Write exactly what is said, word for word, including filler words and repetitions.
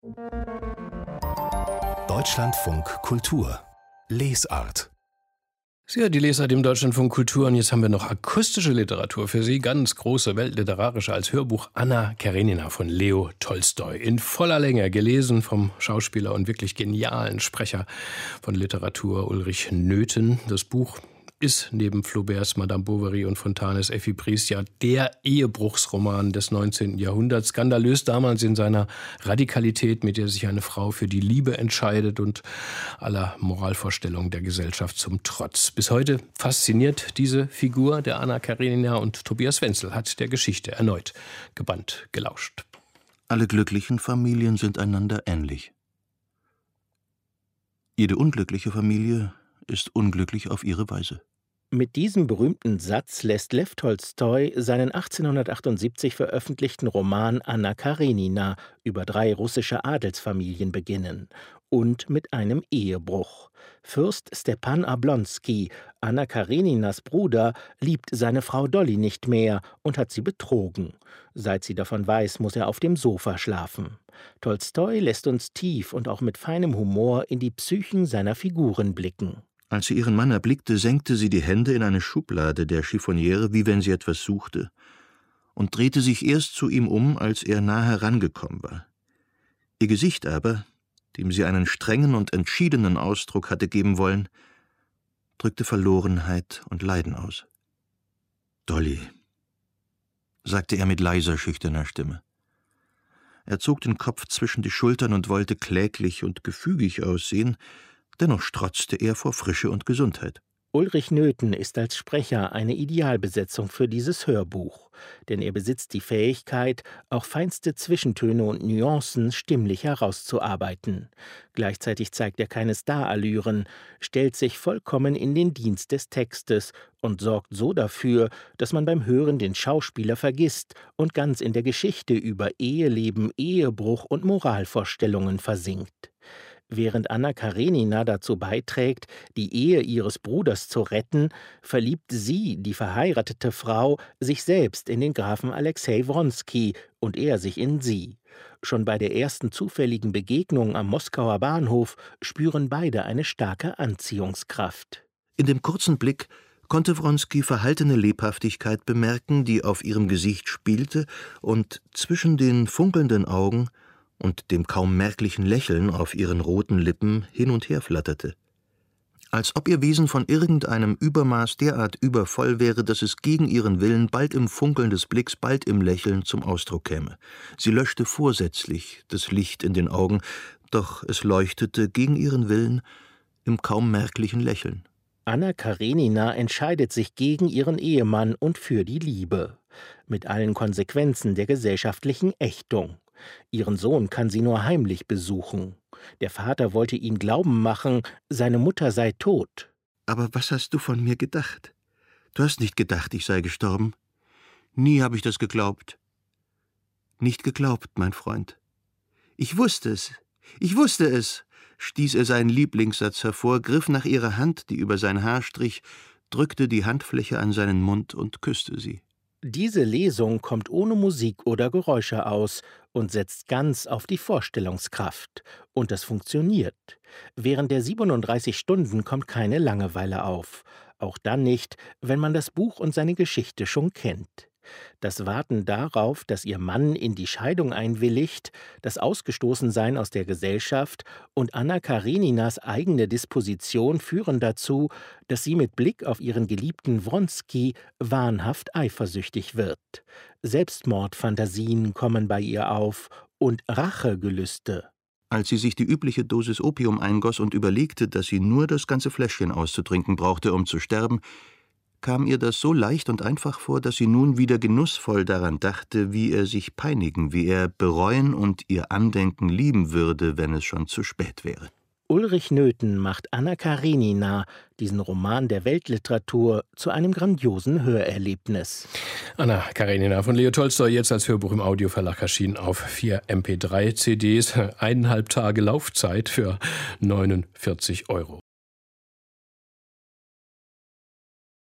Deutschlandfunk Kultur Lesart. Ja, die Lesart im Deutschlandfunk Kultur. Und jetzt haben wir noch akustische Literatur für Sie. Ganz große weltliterarische als Hörbuch Anna Karenina von Leo Tolstoi. In voller Länge, gelesen vom Schauspieler und wirklich genialen Sprecher von Literatur Ulrich Nöthen. Das Buch ist neben Flauberts Madame Bovary und Fontanes Effi Briest ja der Ehebruchsroman des neunzehnten Jahrhunderts. Skandalös damals in seiner Radikalität, mit der sich eine Frau für die Liebe entscheidet und aller Moralvorstellungen der Gesellschaft zum Trotz. Bis heute fasziniert diese Figur der Anna Karenina, und Tobias Wenzel hat der Geschichte erneut gebannt gelauscht. Alle glücklichen Familien sind einander ähnlich. Jede unglückliche Familie ist unglücklich auf ihre Weise. Mit diesem berühmten Satz lässt Lew Tolstoi seinen achtzehnhundertachtundsiebzig veröffentlichten Roman Anna Karenina über drei russische Adelsfamilien beginnen. Und mit einem Ehebruch. Fürst Stepan Oblonski, Anna Kareninas Bruder, liebt seine Frau Dolly nicht mehr und hat sie betrogen. Seit sie davon weiß, muss er auf dem Sofa schlafen. Tolstoi lässt uns tief und auch mit feinem Humor in die Psychen seiner Figuren blicken. Als sie ihren Mann erblickte, senkte sie die Hände in eine Schublade der Chiffoniere, wie wenn sie etwas suchte, und drehte sich erst zu ihm um, als er nah herangekommen war. Ihr Gesicht aber, dem sie einen strengen und entschiedenen Ausdruck hatte geben wollen, drückte Verlorenheit und Leiden aus. »Dolly«, sagte er mit leiser, schüchterner Stimme. Er zog den Kopf zwischen die Schultern und wollte kläglich und gefügig aussehen, dennoch strotzte er vor Frische und Gesundheit. Ulrich Nöthen ist als Sprecher eine Idealbesetzung für dieses Hörbuch, denn er besitzt die Fähigkeit, auch feinste Zwischentöne und Nuancen stimmlich herauszuarbeiten. Gleichzeitig zeigt er keine Starallüren, stellt sich vollkommen in den Dienst des Textes und sorgt so dafür, dass man beim Hören den Schauspieler vergisst und ganz in der Geschichte über Eheleben, Ehebruch und Moralvorstellungen versinkt. Während Anna Karenina dazu beiträgt, die Ehe ihres Bruders zu retten, verliebt sie, die verheiratete Frau, sich selbst in den Grafen Alexei Wronski und er sich in sie. Schon bei der ersten zufälligen Begegnung am Moskauer Bahnhof spüren beide eine starke Anziehungskraft. In dem kurzen Blick konnte Wronski verhaltene Lebhaftigkeit bemerken, die auf ihrem Gesicht spielte und zwischen den funkelnden Augen und dem kaum merklichen Lächeln auf ihren roten Lippen hin und her flatterte. Als ob ihr Wesen von irgendeinem Übermaß derart übervoll wäre, dass es gegen ihren Willen bald im Funkeln des Blicks, bald im Lächeln zum Ausdruck käme. Sie löschte vorsätzlich das Licht in den Augen, doch es leuchtete gegen ihren Willen im kaum merklichen Lächeln. Anna Karenina entscheidet sich gegen ihren Ehemann und für die Liebe, mit allen Konsequenzen der gesellschaftlichen Ächtung. Ihren Sohn kann sie nur heimlich besuchen. Der Vater wollte ihn glauben machen, seine Mutter sei tot. »Aber was hast du von mir gedacht? Du hast nicht gedacht, ich sei gestorben. Nie habe ich das geglaubt.« »Nicht geglaubt, mein Freund. Ich wusste es, ich wusste es«, stieß er seinen Lieblingssatz hervor, griff nach ihrer Hand, die über sein Haar strich, drückte die Handfläche an seinen Mund und küsste sie. Diese Lesung kommt ohne Musik oder Geräusche aus und setzt ganz auf die Vorstellungskraft. Und das funktioniert. Während der siebenunddreißig Stunden kommt keine Langeweile auf. Auch dann nicht, wenn man das Buch und seine Geschichte schon kennt. Das Warten darauf, dass ihr Mann in die Scheidung einwilligt, das Ausgestoßensein aus der Gesellschaft und Anna Kareninas eigene Disposition führen dazu, dass sie mit Blick auf ihren geliebten Wronski wahnhaft eifersüchtig wird. Selbstmordfantasien kommen bei ihr auf und Rachegelüste. Als sie sich die übliche Dosis Opium eingoss und überlegte, dass sie nur das ganze Fläschchen auszutrinken brauchte, um zu sterben, kam ihr das so leicht und einfach vor, dass sie nun wieder genussvoll daran dachte, wie er sich peinigen, wie er bereuen und ihr Andenken lieben würde, wenn es schon zu spät wäre. Ulrich Nöthen macht Anna Karenina, diesen Roman der Weltliteratur, zu einem grandiosen Hörerlebnis. Anna Karenina von Leo Tolstoi, jetzt als Hörbuch im Audioverlag erschienen auf vier M P drei C Ds. Eineinhalb Tage Laufzeit für neunundvierzig Euro.